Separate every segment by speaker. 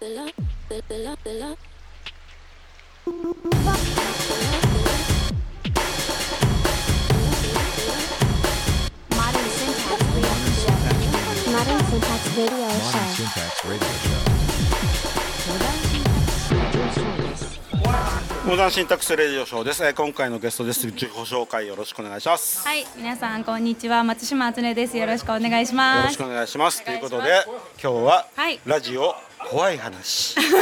Speaker 1: モダンシンタックスレディオショーです。今回のゲストです。自己紹介よろしくお願いします。
Speaker 2: はい、皆さんこんにちは、松島敦音です。よろしくお願いします。
Speaker 1: よろしくお願いします。ということで今日はラジオ怖い話。
Speaker 2: い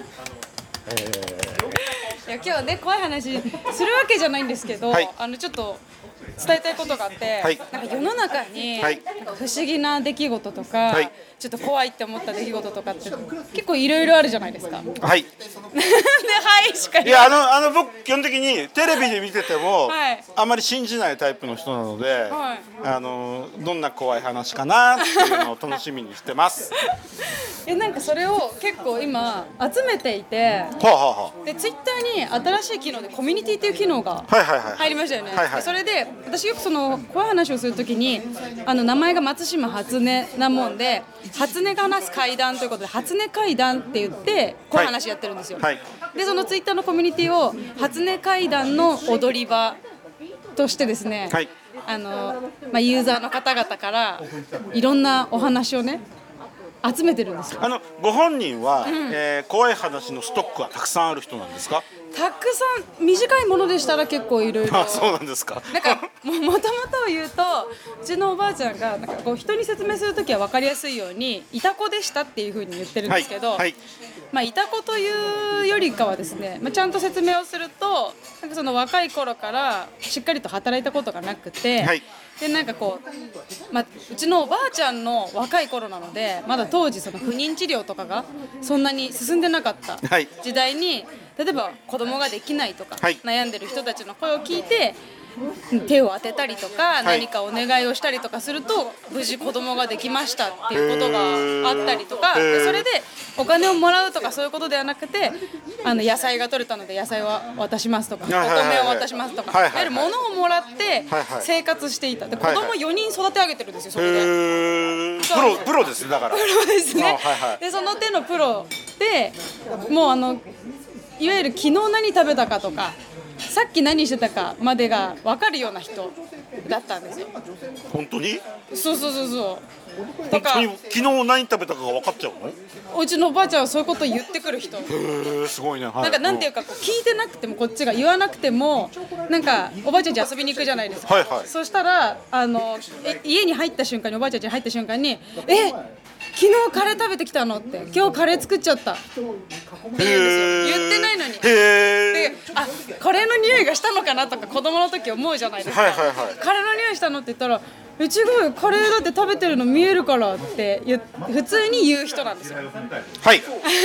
Speaker 2: や今日ね怖い話するわけじゃないんですけど、ちょっと伝えたいことがあって、なんか世の中に、なんか不思議な出来事とか、ちょっと怖いって思った出来事とかって結構いろいろあるじゃないですか。
Speaker 1: はい。
Speaker 2: ではいしか言
Speaker 1: いや僕基本的にテレビで見てても、あまり信じないタイプの人なので、どんな怖い話かなっていうのを楽しみにしてます。
Speaker 2: なんかそれを結構今集めていて、でツイッターに新しい機能でコミュニティっていう機能が入りましたよね。それで私よくその怖い話をするときに名前が松島初音なもんで、初音が話す怪談ということで初音怪談って言って怖い話やってるんですよ。でそのツイッターのコミュニティを初音怪談の踊り場としてですね、ユーザーの方々からいろんなお話をね集めてるんですよ。
Speaker 1: ご本人は、怖い話のストックはたくさんある人なんですか？
Speaker 2: たくさん短いものでしたら結構いろいろ。
Speaker 1: そうなんですか。
Speaker 2: なんかもともとを言うとうちのおばあちゃんがなんかこう人に説明するときは分かりやすいようにいた子でしたっていうふうに言ってるんですけど、いた子というよりかはですね、ちゃんと説明をするとなんかその若い頃からしっかりと働いたことがなくて、でなんかこう、うちのおばあちゃんの若い頃なのでまだ当時その不妊治療とかがそんなに進んでなかった時代に、例えば子供ができないとか、悩んでる人たちの声を聞いて手を当てたりとか、何かお願いをしたりとかすると無事子供ができましたっていうことがあったりとか、でそれでお金をもらうとかそういうことではなくて野菜が取れたので野菜を渡しますとか、お米を渡しますとか、いわゆる物をもらって生活していた。で子供4人育て上げてるんですよ。それで
Speaker 1: プロですね。だから
Speaker 2: プロですね。でその手のプロでもういわゆる昨日何食べたかとかさっき何してたかまでが分かるような人だったんですよ。
Speaker 1: 本当に？
Speaker 2: そう
Speaker 1: とか昨日何食べたかが分かっちゃうの？
Speaker 2: うちのおばあちゃんはそういうことを言ってくる人。
Speaker 1: すごいね。
Speaker 2: なんていうか聞いてなくてもこっちが言わなくてもなんかおばあちゃん家遊びに行くじゃないですか。そしたら家に入った瞬間におばあちゃん家に入った瞬間に昨日カレー食べてきたのって、今日カレー作っちゃったって言うんですよ。言ってないのに。でカレーの匂いがしたのかなとか子供の時思うじゃないですか。カレーの匂いしたのって言ったら違うよ、カレーだって食べてるの見えるからって普通に言う人なんですよ。感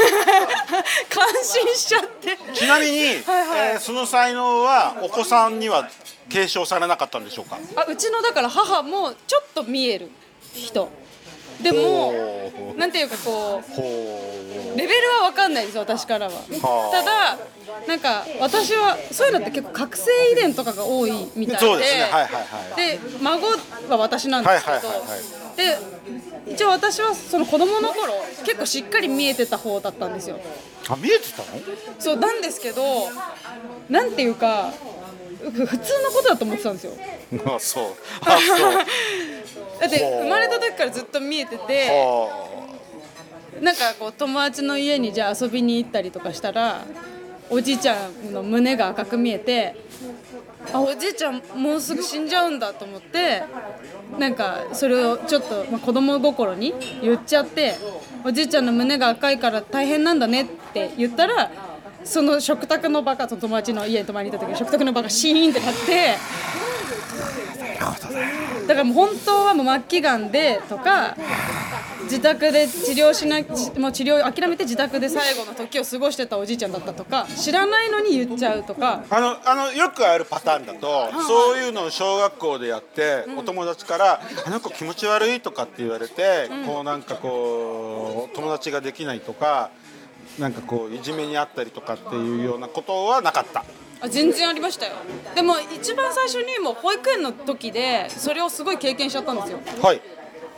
Speaker 2: 心しちゃって。
Speaker 1: ちなみに、その才能はお子さんには継承されなかったんでしょうか？
Speaker 2: うちのだから母もちょっと見える人でもなんていうかこうレベルは分かんないです私からは。ただなんか私はそういうのって結構覚醒遺伝とかが多いみたいで、で孫は私なんですけど、で一応私はその子供の頃結構しっかり見えてた方だったんですよ。
Speaker 1: 見えてたの？
Speaker 2: そうなんですけどなんていうか普通のことだと思ってたんですよ。
Speaker 1: そう
Speaker 2: だって生まれた時からずっと見えてて、なんかこう友達の家にじゃあ遊びに行ったりとかしたらおじいちゃんの胸が赤く見えて、おじいちゃんもうすぐ死んじゃうんだと思って、なんかそれをちょっと、子供心に言っちゃって、おじいちゃんの胸が赤いから大変なんだねって言ったら、その食卓の場がその友達の家に泊まりに行った時に食卓の場がシーンってなって、だからもう本当はもう末期がんでとか自宅で治療しなもう治療を諦めて自宅で最後の時を過ごしてたおじいちゃんだったとか、知らないのに言っちゃうとか、
Speaker 1: よくあるパターンだと、そういうのを小学校でやって、お友達からあの子気持ち悪いとかって言われて、こうなんかこう友達ができないとか、なんかこういじめにあったりとかっていうようなことはなかった？
Speaker 2: 全然ありましたよ。でも一番最初にもう保育園の時でそれをすごい経験しちゃったんですよ。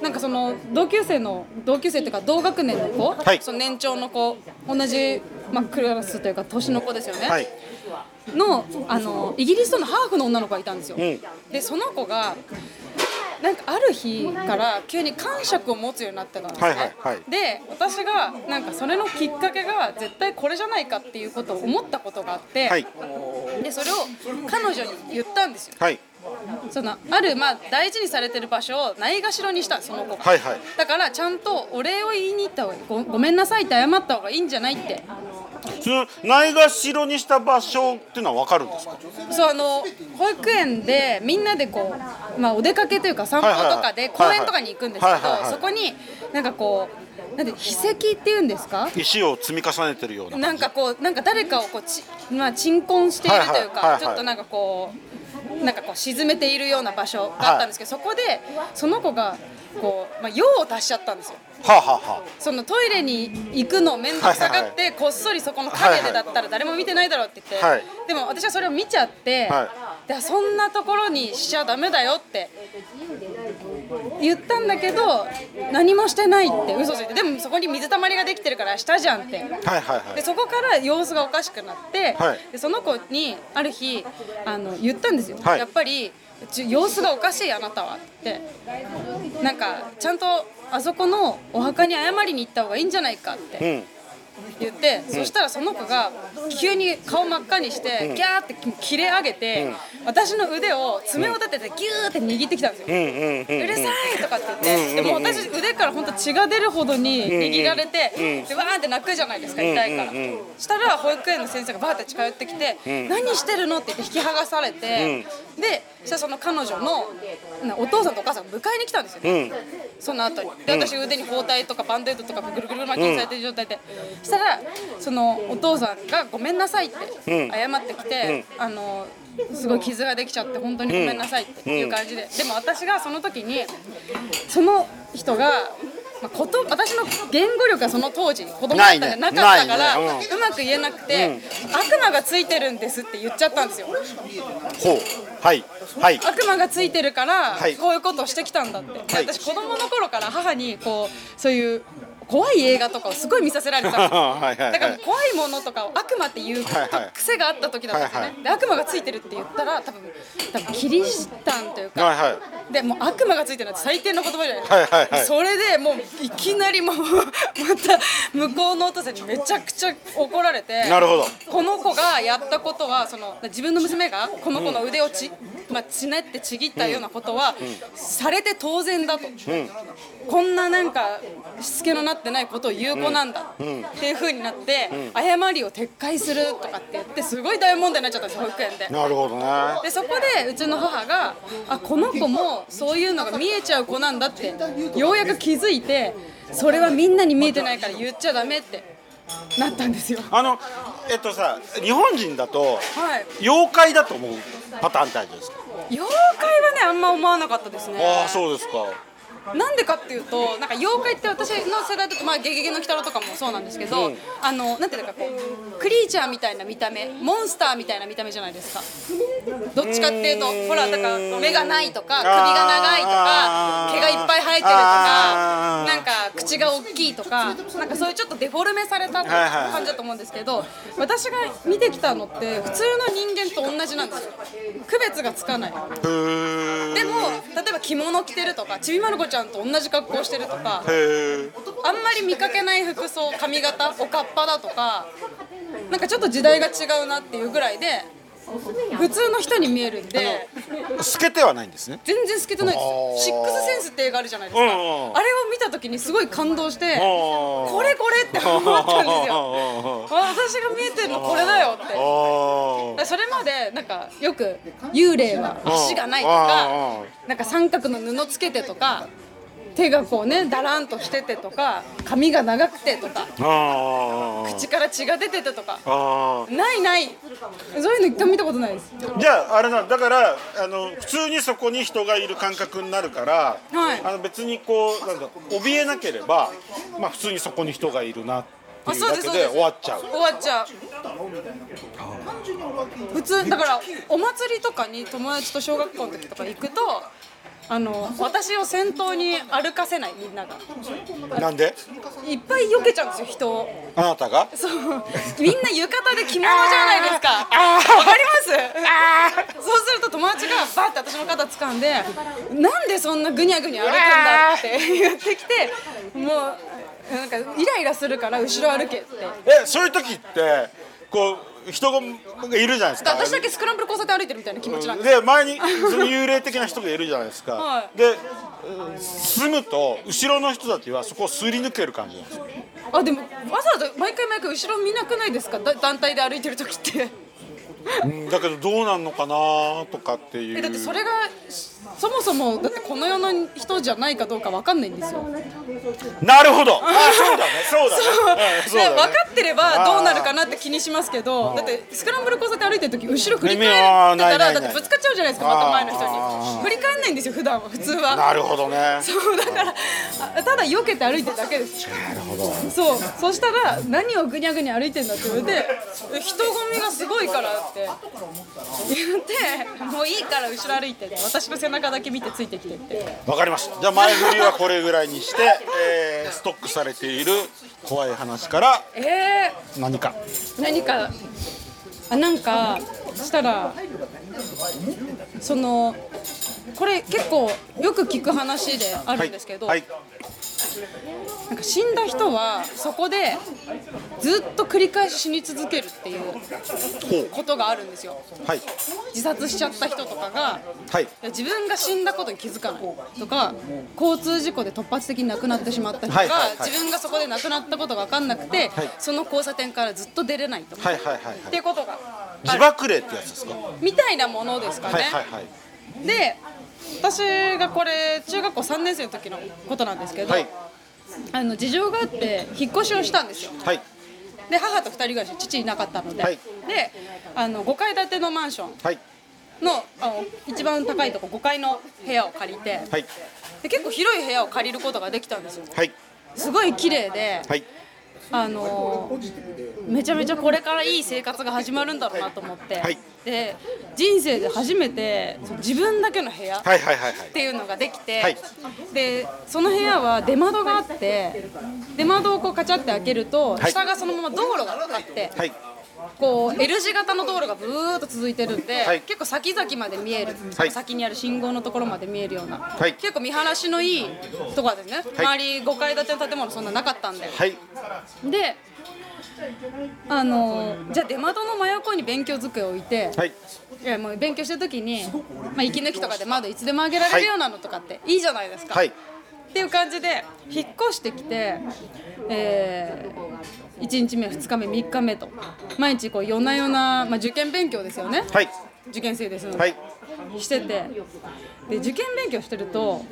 Speaker 2: なんかその同級生っていうか同学年の子、その年長の子、同じ、クラスというか年の子ですよね、のイギリスとのハーフの女の子がいたんですよ、でその子がなんかある日から急に感触を持つようになったんですね、で私がなんかそれのきっかけが絶対これじゃないかっていうことを思ったことがあって、でそれを彼女に言ったんですよ、そのある大事にされてる場所をないがしろにしたその子が、だからちゃんとお礼を言いに行った方がいい、ごめんなさいって謝った方がいいんじゃないって。
Speaker 1: そのないがしろにした場所っていうのは分かるんですか？
Speaker 2: そう、保育園でみんなでこう、お出かけというか散歩とかで公園とかに行くんですけど、そこになんかこうなんで筆跡っていうんですか、
Speaker 1: 石を積み重ねてるような
Speaker 2: なんかこうなんか誰かをこう鎮魂しているというか、ちょっとなんかこう沈めているような場所があったんですけど、そこでその子がこう、用を足しちゃったんですよ。そのトイレに行くの面倒くさがって、こっそりそこの影でだったら誰も見てないだろうって言って、でも私はそれを見ちゃって、でそんなところにしちゃダメだよって言ったんだけど、何もしてないって嘘ついて、でもそこに水たまりができてるからしたじゃんって、でそこから様子がおかしくなって、でその子にある日言ったんですよ、やっぱり様子がおかしいあなたはって、なんかちゃんとあそこのお墓に謝りに行った方がいいんじゃないかって言って、そしたらその子が急に顔真っ赤にしてギャーって切れ上げて、私の腕を爪を立ててギューって握ってきたんですよ、うるさいとかって言って、でも私腕から本当血が出るほどに握られて、でわーって泣くじゃないですか、痛いから。したら保育園の先生がバーって近寄ってきて、何してるのって言って引き剥がされて、でその彼女のお父さんとお母さんが迎えに来たんですよ、その後に。で私腕に包帯とかバンデードとかぐるぐる巻きにされてる状態で、そしたらそのお父さんがごめんなさいって謝ってきて、すごい傷ができちゃって本当にごめんなさいっていう感じで、でも私がその時にその人が私の言語力がその当時子供だったんじゃなかったからうまく言えなくて、悪魔がついてるんですって言っちゃったんですよ。悪魔がついてるからこういうことをしてきたんだって、私子供の頃から母にこうそういう怖い映画とかをすごい見させられてたんですよ。だから怖いものとかを悪魔っていう癖があった時だったんですよね。で悪魔がついてるって言ったら多分キリシタンというか、でもう悪魔がついてるなんて最低の言葉じゃないですか。それでもういきなりもうまた向こうのお父さんにめちゃくちゃ怒られて、この子がやったことはその自分の娘がこの子の腕をちねってちぎったようなことはされて当然だと、こんななんかしつけのなってないことを言う子なんだっていう風になって、誤りを撤回するとかって言ってすごい大問題になっちゃったんです保育園で。
Speaker 1: なるほどね。
Speaker 2: でそこでうちの母がこの子もそういうのが見えちゃう子なんだってようやく気づいて、それはみんなに見えてないから言っちゃダメってなったんですよ。
Speaker 1: 日本人だと妖怪だと思うパターンってあるじゃないですか。
Speaker 2: 妖怪はねあんま思わなかったですね。
Speaker 1: ああそうですか。
Speaker 2: なんでかっていうと、なんか妖怪って私の世代だとゲゲゲの鬼太郎とかもそうなんですけど、なんていうかこうクリーチャーみたいな見た目、モンスターみたいな見た目じゃないですか。どっちかっていうとほらだから目がないとか首が長いとか毛がいっぱい生えてるとかなんか口が大きいとか、なんかそういうちょっとデフォルメされた感じだと思うんですけど、私が見てきたのって普通の人間と同じなんですよ。区別がつかない。でも例えば着物着てるとかちびまる子ちゃんと同じ格好してるとか、あんまり見かけない服装、髪型、おかっぱだとか、なんかちょっと時代が違うなっていうぐらいで普通の人に見えるんで。
Speaker 1: 透けてはないんですね。
Speaker 2: 全然透けてないです。シックスセンスって映画あるじゃないですか。あれを見た時にすごい感動して、これって思ったんですよ。私が見えてるのこれだよって。それまでなんかよく幽霊は足がないとか、なんか三角の布つけてとか、手がこうねだらんとしててとか、髪が長くてとか、口から血が出ててとか、ないそういうの一回見たことないです。
Speaker 1: じゃああれだから普通にそこに人がいる感覚になるから、別にこうなんか怯えなければ、普通にそこに人がいるなっていうだけで終わっちゃう。普通だからお祭りとかに友達と小学校の時とか行くと
Speaker 2: 私を先頭に歩かせない、みんなが。
Speaker 1: なんで？
Speaker 2: いっぱい避けちゃうんですよ、人を。
Speaker 1: あなたが？
Speaker 2: そう、みんな浴衣で着物じゃないですか。わかります？そうすると友達がバッて私の肩掴んで、なんでそんなぐにゃぐにゃ歩くんだって言ってきて、もうなんかイライラするから後ろ歩けって。
Speaker 1: そういう時ってこう人がいるじゃないですか。
Speaker 2: 私だけスクランブル交差点歩いてるみたいな気持ちなんです。
Speaker 1: で前にその幽霊的な人がいるじゃないですか、
Speaker 2: はい、
Speaker 1: で進むと後ろの人たちはそこをすり抜ける感じなんですよ。
Speaker 2: あ、でもわざわざ毎回後ろ見なくないですか、団体で歩いてる時って
Speaker 1: だけどどうなんのかなとかっていう。
Speaker 2: だってそれがそもそもだってこの世の人じゃないかどうか分かんないんですよ。
Speaker 1: なるほど。そうだね。
Speaker 2: 分かってればどうなるかなって気にしますけど、だってスクランブル交差点歩いてる時後ろ振り返ってたらだってぶつかっちゃうじゃないですか、また前の人に。振り返んないんですよ、普段は。普通は。な
Speaker 1: るほどね。
Speaker 2: そうだからただ避けて歩いてるだけです。
Speaker 1: なるほど。
Speaker 2: そしたら何をぐにゃぐにゃ歩いてんだって言われて、人混みがすごいからって言って、もういいから後ろ歩いてって、私の背中だけ見てついてきてって。
Speaker 1: わかりました。じゃあ前振りはこれぐらいにして、ストックされている怖い話から何か
Speaker 2: なんかしたらこれ結構よく聞く話であるんですけど、なんか死んだ人はそこでずっと繰り返し死に続けるっていうことがあるんですよ。自殺しちゃった人とかが、自分が死んだことに気づかないとか、交通事故で突発的に亡くなってしまった人が、自分がそこで亡くなったことが分かんなくて、その交差点からずっと出れないとかっていうことが
Speaker 1: 自爆霊ってやつですか
Speaker 2: みたいなものですかね。で、私がこれ中学校3年生の時のことなんですけど、事情があって引っ越しをしたんですよ。で、母と2人暮らし、父いなかったので、で5階建てのマンションの一番高いとこ5階の部屋を借りて、で結構広い部屋を借りることができたんですよ。すごい綺麗で、めちゃめちゃこれからいい生活が始まるんだろうなと思って、で人生で初めて自分だけの部屋っていうのができて、でその部屋は出窓があって、出窓をこうカチャって開けると、下がそのまま道路があって、こう L 字型の道路がブーっと続いてるんで、結構先々まで見える、先にある信号のところまで見えるような、結構見晴らしのいいところですね。周り5階建ての建物そんななかったんで、でじゃあ出窓の真横に勉強机を置いて、いやもう勉強してる時に、息抜きとかで窓いつでも上げられるようなのとかっていいじゃないですか、っていう感じで引っ越してきて、1日目2日目3日目と毎日こう夜な夜な、受験勉強ですよね、受験生ですので、してて、で受験勉強してると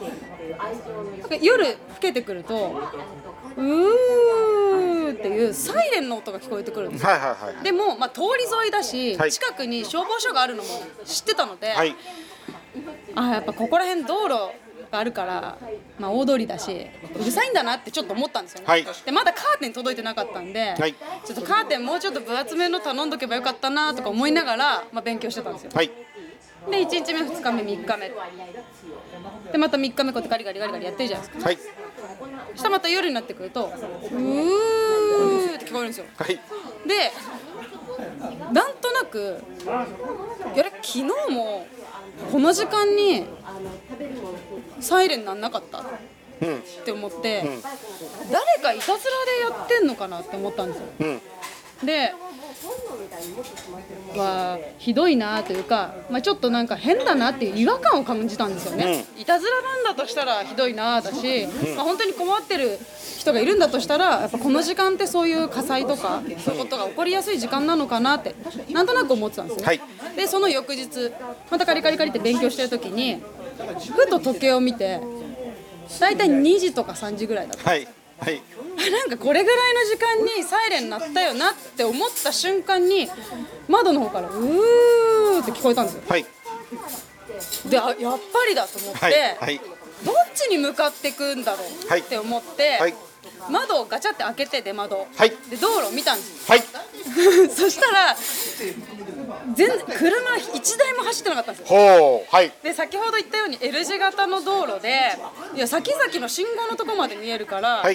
Speaker 2: 夜更けてくるとうーっていうサイレンの音が聞こえてくるんですよ。でも、通り沿いだし、近くに消防署があるのも知ってたので、やっぱここら辺道路があるから、大通りだしうるさいんだなってちょっと思ったんですよね、でまだカーテン届いてなかったんで、ちょっとカーテンもうちょっと分厚めの頼んどけばよかったなとか思いながら、勉強してたんですよ、で1日目2日目3日目でまた3日目こうやってガリガリガリガリやってるじゃないですか、そしたらまた夜になってくるとうーって聞こえるんですよ、でなんとなく昨日もこの時間にサイレンなんなかったって思って、誰かいたずらでやってんのかなって思ったんですよ、でひどいなというか、ちょっとなんか変だなっていう違和感を感じたんですよね、いたずらなんだとしたらひどいなだし、本当に困ってる人がいるんだとしたら、やっぱこの時間ってそういう火災とかそういうことが起こりやすい時間なのかなってなんとなく思ってたんですよね、でその翌日またカリカリカリって勉強してる時にふと時計を見て、だいたい2時とか3時ぐらいだった、なんかこれぐらいの時間にサイレン鳴ったよなって思った瞬間に窓の方からうーって聞こえたんですよ、でやっぱりだと思って、どっちに向かってくんだろうって思って、窓をガチャって開けて出窓、で道路を見たんですよ、そしたら全然車1台も走ってなかったんですよ。
Speaker 1: ほう、はい。
Speaker 2: で先ほど言ったように L 字型の道路で、いや先々の信号のとこまで見えるから、
Speaker 1: はい。
Speaker 2: 通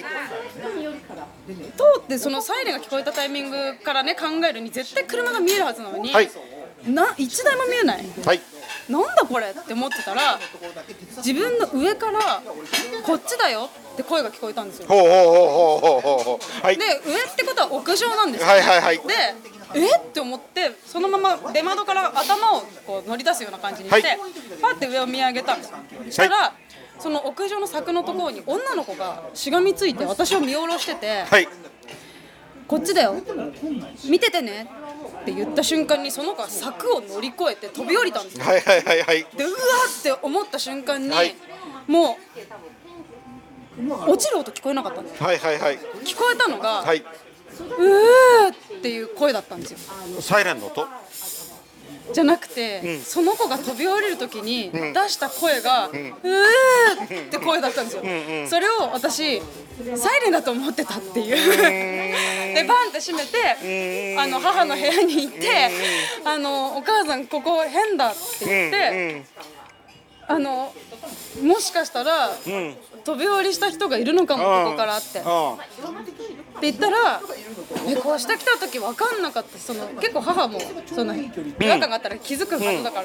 Speaker 2: ってそのサイレンが聞こえたタイミングからね考えるに絶対車が見えるはずなのに、
Speaker 1: はい。
Speaker 2: 1台も見えない。
Speaker 1: はい。
Speaker 2: なんだこれって思ってたら、自分の上からこっちだよって声が聞こえたんですよ。
Speaker 1: ほうほうほうほうほうほう。はい。
Speaker 2: で上ってことは屋上なんですよ。
Speaker 1: はいはいはい。
Speaker 2: でって思ってそのまま出窓から頭をこう乗り出すような感じにして、
Speaker 1: はい、
Speaker 2: パッて上を見上げたんですよ。そしたら、はい、その屋上の柵のところに女の子がしがみついて私を見下ろしてて、はい、こっちだよ見ててねって言った瞬間にその子は柵を乗り越えて飛び降りたんですよ。
Speaker 1: はいはいはいはい。
Speaker 2: でうわって思った瞬間に、はい、もう落ちる音聞こえなかったんです。
Speaker 1: はいはいはい。
Speaker 2: 聞こえたのが、はい、っていう声だったんですよ。
Speaker 1: サイレンの音
Speaker 2: じゃなくて、その子が飛び降りるときに出した声が、って声だったんですよ。それを私サイレンだと思ってたっていうでバンって閉めて母の部屋に行ってお母さんここ変だって言ってもしかしたら飛び降りした人がいるのかもここからって言ったらこうしてきた時分かんなかった。結構母もその違和感があったら気づくはずだから、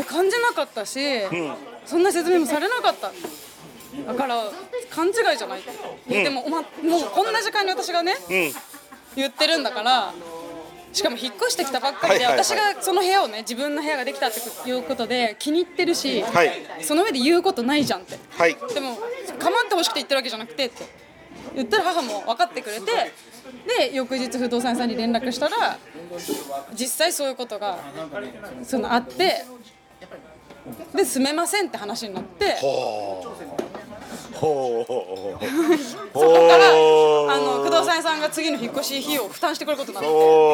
Speaker 2: 感じなかったし、そんな説明もされなかった。だから勘違いじゃないって言っても、もうこんな時間に私がね、言ってるんだから。しかも引っ越してきたばっかりで、私がその部屋をね自分の部屋ができたっていうことで気に入ってるし、その上で言うことないじゃんって、でも構ってほしくて言ってるわけじゃなくてって言ったら母も分かってくれて、で翌日不動産屋さんに連絡したら実際そういうことがあってで住めませんって話になって。そこから不動産屋さんが次の引っ越し費用を負担してくれることにな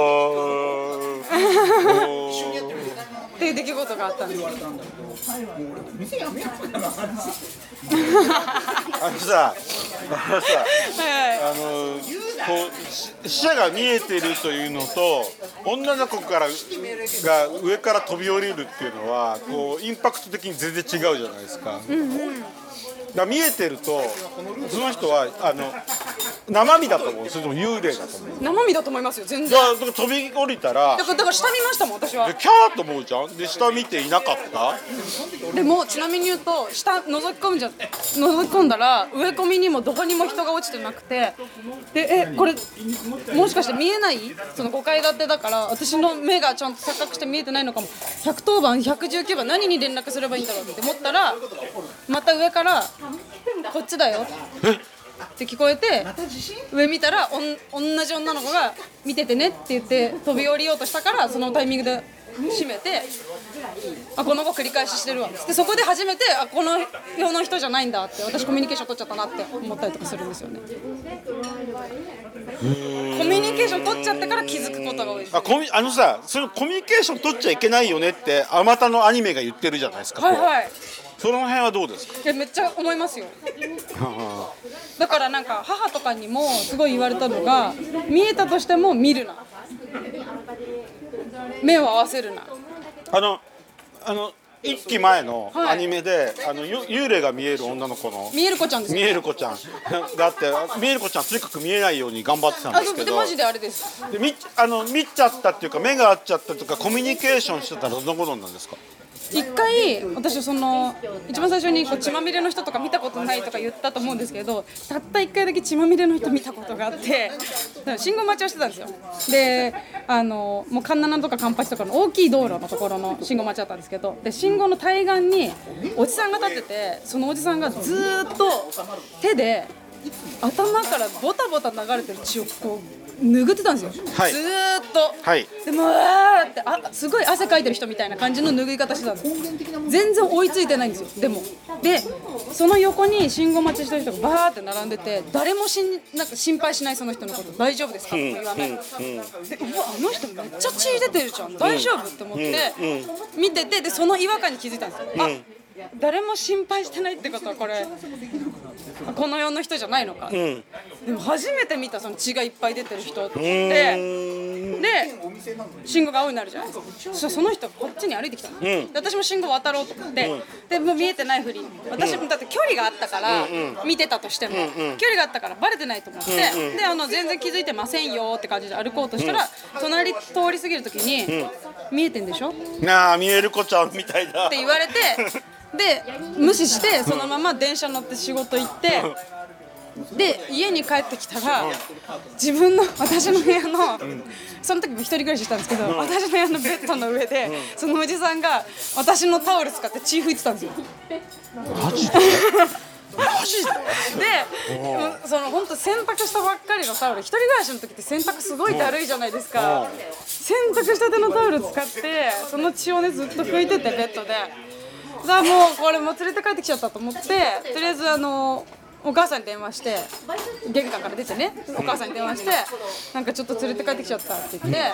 Speaker 2: ってっていう出来事があったんですよ。
Speaker 1: 死者が見えてるというのと女の子が上から飛び降りるっていうのはこうインパクト的に全然違うじゃないですか。だ見えてるとその人は生身だと思う。それとも幽霊だと思う。
Speaker 2: 生身だと思いますよ全然。
Speaker 1: だから飛び降りたら
Speaker 2: だから下見ましたもん私は。
Speaker 1: でキャーと思うじゃん。で下見ていなかった。
Speaker 2: でもちなみに言うと下覗き込んだら植え込みにもどこにも人が落ちてなくて、でこれもしかして見えない？その5階建てだから私の目がちゃんと錯覚して見えてないのかも。110番119番何に連絡すればいいんだろうって思ったらまた上からこっちだよって聞こえて上見たら同じ女の子が見ててねって言って飛び降りようとしたからそのタイミングで閉めてこの子繰り返ししてるわでそこで初めてこの世の人じゃないんだって私コミュニケーション取っちゃったなって思ったりとかするんですよね。コミュニケーション取っちゃってから気づくことが多いです。
Speaker 1: そのコミュニケーション取っちゃいけないよねってあまたのアニメが言ってるじゃないですか。
Speaker 2: はいはい。
Speaker 1: その辺はどうですか？
Speaker 2: めっちゃ思いますよ。だからなんか母とかにもすごい言われたのが見えたとしても見るな、目を合わせるな。
Speaker 1: 一期前のアニメで、幽霊が見える女の子の
Speaker 2: 見える子ちゃんですよ。
Speaker 1: 見える子ちゃんがあって見える子ちゃんとにかく見えないように頑張ってたんですけど
Speaker 2: マジであれです
Speaker 1: で見ちゃったっていうか目が合っちゃったとかコミュニケーションしてたらどんなことなんですか？
Speaker 2: 一回私一番最初に血まみれの人とか見たことないとか言ったと思うんですけどたった1回だけ血まみれの人見たことがあって信号待ちをしてたんですよ。でもう環七とか環八とかの大きい道路のところの信号待ちだったんですけどで信号の対岸におじさんが立っててそのおじさんがずーっと手で頭からボタボタ流れてる血をこう拭ってたんですよ、はい、ずーっと、はい、でもうわーってすごい汗かいてる人みたいな感じの拭い方してたんですよ。全然追いついてないんですよ。でその横に信号待ちしてる人がバーって並んでて誰もなんか心配しないその人のこと大丈夫ですかって言わない、でうわあの人めっちゃ血出てるじゃん大丈夫って思って見ててでその違和感に気づいたんですよ。誰も心配してないってことはこの世の人じゃないのか、 でも初めて見たその血がいっぱい出てる人ってで信号が青になるじゃないですか。そしたらその人こっちに歩いてきたの、で私も信号渡ろうと思って、でもう見えてないふり、私もだって距離があったから、見てたとしても、距離があったからバレてないと思って、で全然気づいてませんよって感じで歩こうとしたら、隣通り過ぎるときに、見えてんでしょ、
Speaker 1: 見える子ちゃんみたいだ
Speaker 2: って言われて、で無視してそのまま電車乗って仕事行って、で家に帰ってきたら、私の部屋の、その時も一人暮らししたんですけど、私の部屋のベッドの上で、そのおじさんが私のタオル使って血拭いてたんですよ。
Speaker 1: マジでマジで
Speaker 2: で、その本当洗濯したばっかりのタオル、一人暮らしの時って洗濯すごいだるいじゃないですか。洗濯したてのタオル使ってその血をねずっと拭いてて、ベッドで。だからもうこれもう連れて帰ってきちゃったと思って、とりあえずお母さんに電話して、玄関から出てね、お母さんに電話して、なんかちょっと連れて帰ってきちゃったって言って、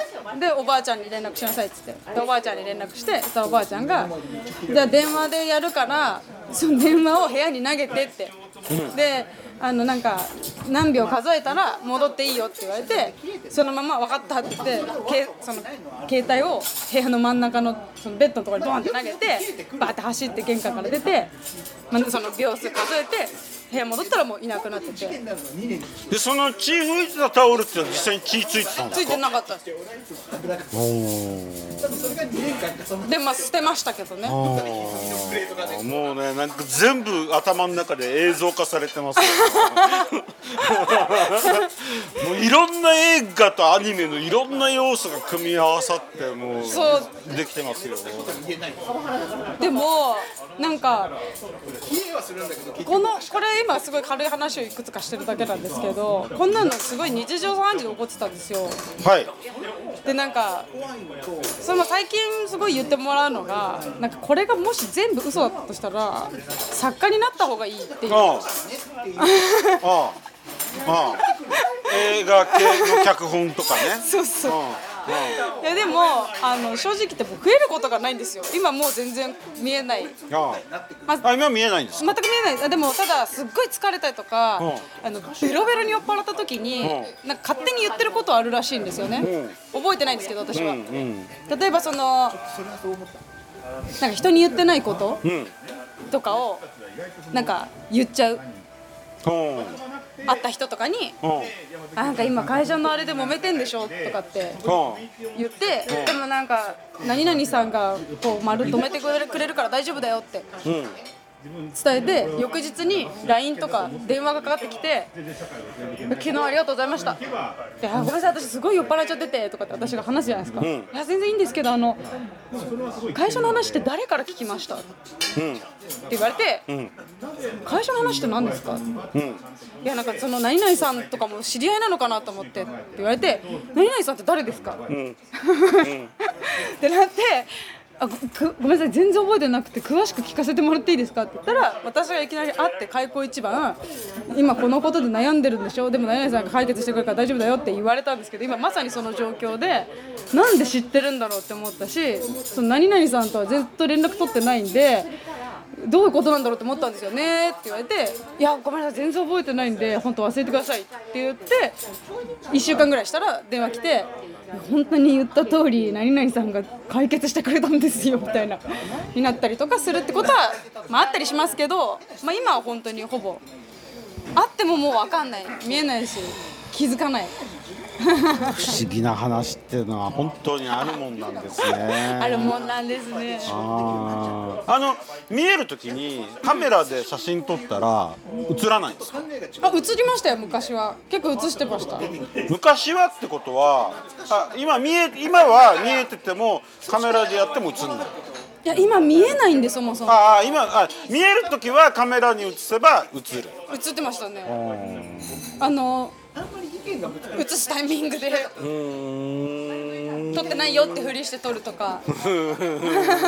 Speaker 2: でおばあちゃんに連絡しなさいって言って、でおばあちゃんに連絡して、そしたらおばあちゃんがじゃあ電話でやるからその電話を部屋に投げてって、でなんか何秒数えたら戻っていいよって言われて、そのまま分かったって言ってその携帯を部屋の真ん中のそのベッドのところにボンって投げて、バーって走って玄関から出て、その秒数数えて部屋戻ったらもういなくなってて、
Speaker 1: でその血拭いてたタオルって実際に血ついてたんですか？
Speaker 2: ついてなかったんですよ。で捨てましたけどね。
Speaker 1: もうね、なんか全部頭の中で映像化されてますよもういろんな映画とアニメのいろんな要素が組み合わさってもうできてますよ。
Speaker 2: でもなんかこれ今すごい軽い話をいくつかしてるだけなんですけど、こんなのすごい日常茶飯事で起こってたんですよ。
Speaker 1: はい。
Speaker 2: でなんか最近すごい言ってもらうのが、なんかこれがもし全部嘘だったとしたら作家になった方がいいっていう。
Speaker 1: 映画系の脚本とかね。
Speaker 2: そうそう。いやでも正直言っても増えることがないんですよ。今もう全然見えない。
Speaker 1: 今見えないんですか？
Speaker 2: 全く見えない。でもただすっごい疲れたりとか、ベロベロに酔っ払った時に、なんか勝手に言ってることあるらしいんですよね。覚えてないんですけど私は。例えばなんか人に言ってないこととかをなんか言っちゃう。会った人とかになんか今会社のあれで揉めてんでしょとかって言って、でもなんか何々さんがこう丸止めてくれるから大丈夫だよって伝えて、翌日に LINE とか電話がかかってきて、昨日ありがとうございました、ごめんなさい私すごい酔っ払っちゃっててとかって私が話すじゃないですか。いや全然いいんですけど会社の話って誰から聞きましたって言われて、会社の話って何ですか、いやなんかその何々さんとかも知り合いなのかなと思ってって言われて、何々さんって誰ですか、ってなって、ごめんなさい全然覚えてなくて詳しく聞かせてもらっていいですかって言ったら、私がいきなり会って開口一番、今このことで悩んでるんでしょ、でも何々さんが解決してくれるから大丈夫だよって言われたんですけど、今まさにその状況でなんで知ってるんだろうって思ったし、その何々さんとはずっと連絡取ってないんでどういうことなんだろうって思ったんですよねって言われて、いやごめんなさい全然覚えてないんで本当忘れてくださいって言って1週間ぐらいしたら電話来て、本当に言った通り何々さんが解決してくれたんですよみたいなになったりとかするってことは、あったりしますけど、今は本当にほぼあってももう分かんない、見えないし気づかない
Speaker 1: 不思議な話っていうのは本当にあるもんなんですね。
Speaker 2: あるもんなんですね。
Speaker 1: 見えるときにカメラで写真撮ったら映らないんですか？
Speaker 2: 映りましたよ昔は。結構映してました。
Speaker 1: 昔はってことは今は見えててもカメラでやっても映んない。
Speaker 2: いや今見えないんでそもそも。
Speaker 1: 見えるときはカメラに映せば映る。
Speaker 2: 映ってましたね。映すタイミングで撮ってないよってふりして撮るとか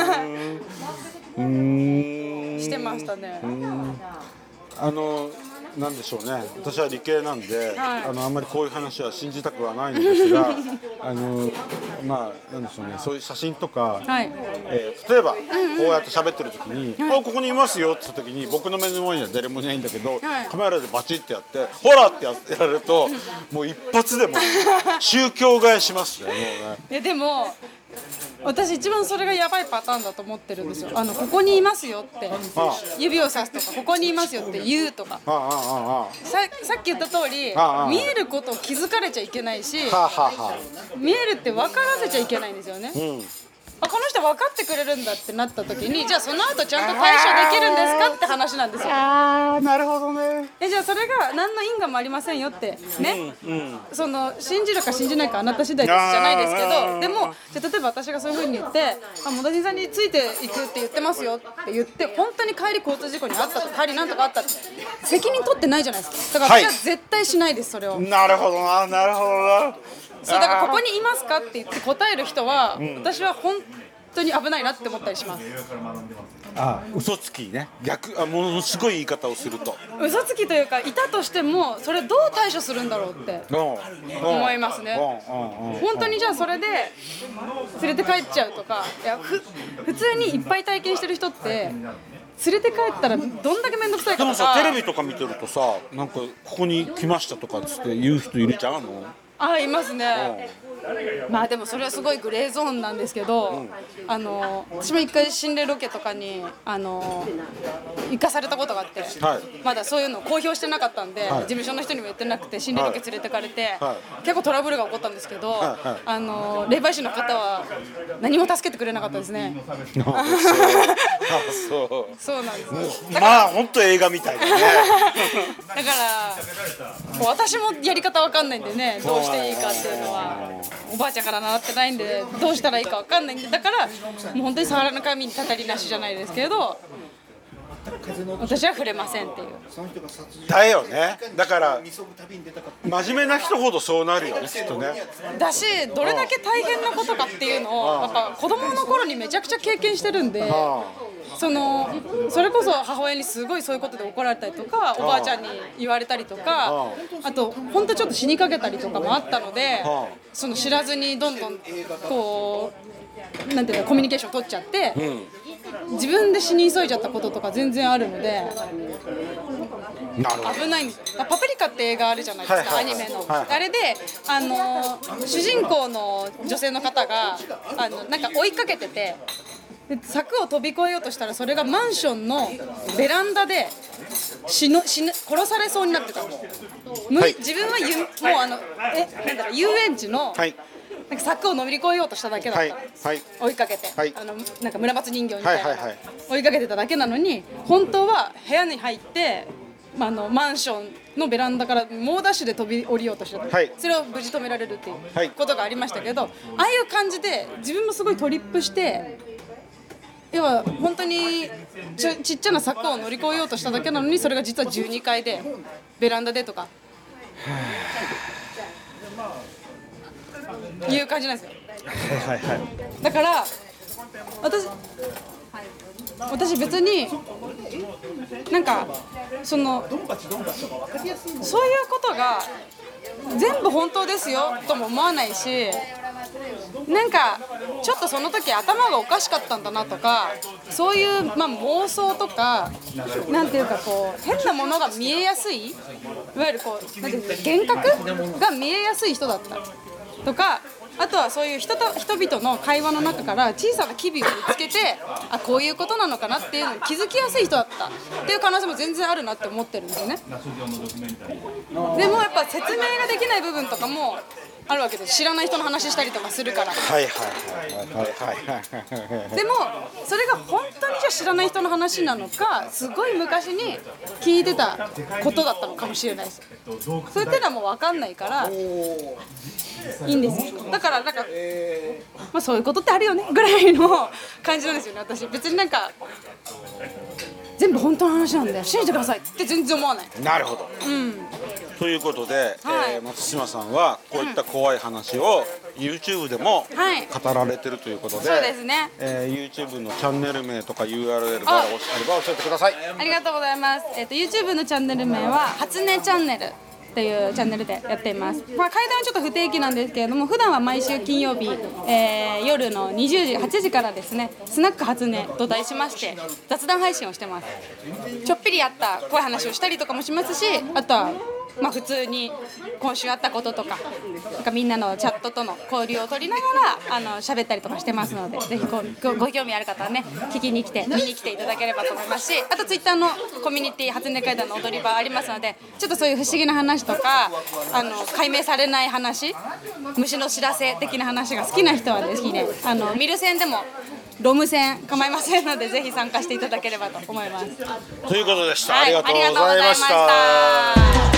Speaker 2: してましたね。
Speaker 1: なんでしょうね、私は理系なんで、
Speaker 2: はい、
Speaker 1: あんまりこういう話は信じたくはないんですがまあなんでしょうね、そういう写真とか、
Speaker 2: はい、
Speaker 1: 例えばこうやって喋ってる時に「ここにいますよ」って言った時に僕の目の前には誰もいないんだけど、はい、カメラでバチッてやって「ほら!」ってやられるともう一発でも宗教替えしますね。もうね
Speaker 2: でも私一番それがやばいパターンだと思ってるんですよ。ここにいますよって指をさすとか、ここにいますよって言うとか、さっき言った通り見えることを気づかれちゃいけないし、見えるって分からせちゃいけないんですよね。この人分かってくれるんだってなった時に、じゃあその後ちゃんと対処できるんですかって話なんですよ。
Speaker 1: なるほどね。
Speaker 2: じゃあそれが何の因果もありませんよってね、その信じるか信じないかあなた次第じゃないですけど、でもじゃあ例えば私がそういう風に言ってモダニさんについていくって言ってますよって言って、本当に帰り交通事故にあったと、帰りなんとかあったって責任取ってないじゃないですか。だから私は絶対しないです、それを。
Speaker 1: なるほどな、なるほどな。
Speaker 2: そうだからここにいますかって言って答える人は、私は本当に危ないなって思ったりします。
Speaker 1: 嘘つきね、ものすごい言い方をすると
Speaker 2: 嘘つきというか、いたとしてもそれどう対処するんだろうって思いますね。本当にじゃあそれで連れて帰っちゃうとか、いや普通にいっぱい体験してる人って連れて帰ったらどんだけ面倒くさいかとか。でも
Speaker 1: さ、テレビとか見てるとさ、なんかここに来ましたとかっつって言う人いるじゃんの。
Speaker 2: いますね。まあでもそれはすごいグレーゾーンなんですけど、私も一回心霊ロケとかに行かされたことがあって、まだそういうのを公表してなかったんで、事務所の人にも言ってなくて心霊ロケ連れてかれて、結構トラブルが起こったんですけど、霊媒師の方は何も助けてくれなかったですね。そうなんです。
Speaker 1: まあ本当映画みたいだね。
Speaker 2: だから私もやり方わかんないんでね、どうしていいかっていうのはおばあちゃんから習ってないんで、どうしたらいいかわかんないんで、だからもう本当に触らぬ神にたたりなしじゃないですけど、私は触れませんっていう。
Speaker 1: だよね。だから真面目な人ほどそうなるよね、きっとね。
Speaker 2: だし、どれだけ大変なことかっていうのをやっぱ子供の頃にめちゃくちゃ経験してるんで、それこそ母親にすごいそういうことで怒られたりとか、おばあちゃんに言われたりとか、あと本当ちょっと死にかけたりとかもあったので、その知らずにどんどんこうなんていうのコミュニケーション取っちゃって、自分で死に急いじゃったこととか全然あるので危ないんですよ。パプリカって映画あるじゃないですか、アニメの。あれで主人公の女性の方がなんか追いかけてて、で柵を飛び越えようとしたら、それがマンションのベランダで殺されそうになってたの。自分はもうなんだろう、遊園地のなんか柵を乗り越えようとしただけだった、追いかけて、なんか村松人形みたいな、追いかけてただけなのに、本当は部屋に入って、マンションのベランダから猛ダッシュで飛び降りようとしてた、それを無事止められるっていうことがありましたけど、ああいう感じで自分もすごいトリップして、要は本当にちっちゃな柵を乗り越えようとしただけなのに、それが実は12階でベランダでとかいう感じなんですよ。だから私別になんかそういうことが全部本当ですよとも思わないし、なんかちょっとその時頭がおかしかったんだなとか、そういう、妄想とか、なんていうかこう変なものが見えやすい、いわゆるこうなんていうか幻覚が見えやすい人だったとか、あとはそういう人々の会話の中から小さな機微を見つけて、こういうことなのかなっていうのに気づきやすい人だったっていう可能性も全然あるなって思ってるんですよね。でもやっぱ説明ができない部分とかもあるわけです。知らない人の話したりとかするから。でもそれが本当にじゃあ知らない人の話なのか、すごい昔に聞いてたことだったのかもしれないです。それってのはもう分かんないからいいんですよ。だからなんか、そういうことってあるよねぐらいの感じなんですよね。私別になんか全部本当の話なんで信じてくださいって全然思わない。
Speaker 1: なるほど。 ということで、
Speaker 2: はい
Speaker 1: 松島さんはこういった怖い話を YouTube でも
Speaker 2: はい
Speaker 1: 語られてるということで、
Speaker 2: そうですね。
Speaker 1: YouTube のチャンネル名とか URL があれば教えてください。
Speaker 2: ありがとうございます。YouTube のチャンネル名は初音チャンネルというチャンネルでやっています。これ階段はちょっと不定期なんですけれども、普段は毎週金曜日、夜の20時8時からですね、スナック初音と題しまして雑談配信をしてます。ちょっぴりあった怖い話をしたりとかもしますし、あとはまあ普通に今週あったこととか、なんかみんなのチャットとの交流を取りながら喋ったりとかしてますので、ぜひご興味ある方はね、聞きに来て見に来ていただければと思いますし、あとツイッターのコミュニティ初音階段の踊り場ありますので、ちょっとそういう不思議な話とか解明されない話、虫の知らせ的な話が好きな人はぜひね、ミル線でもロム線構いませんので、ぜひ参加していただければと思います。
Speaker 1: ということでした。
Speaker 2: はい、
Speaker 1: ありがとうございまし
Speaker 2: ありがとうございました。
Speaker 1: た。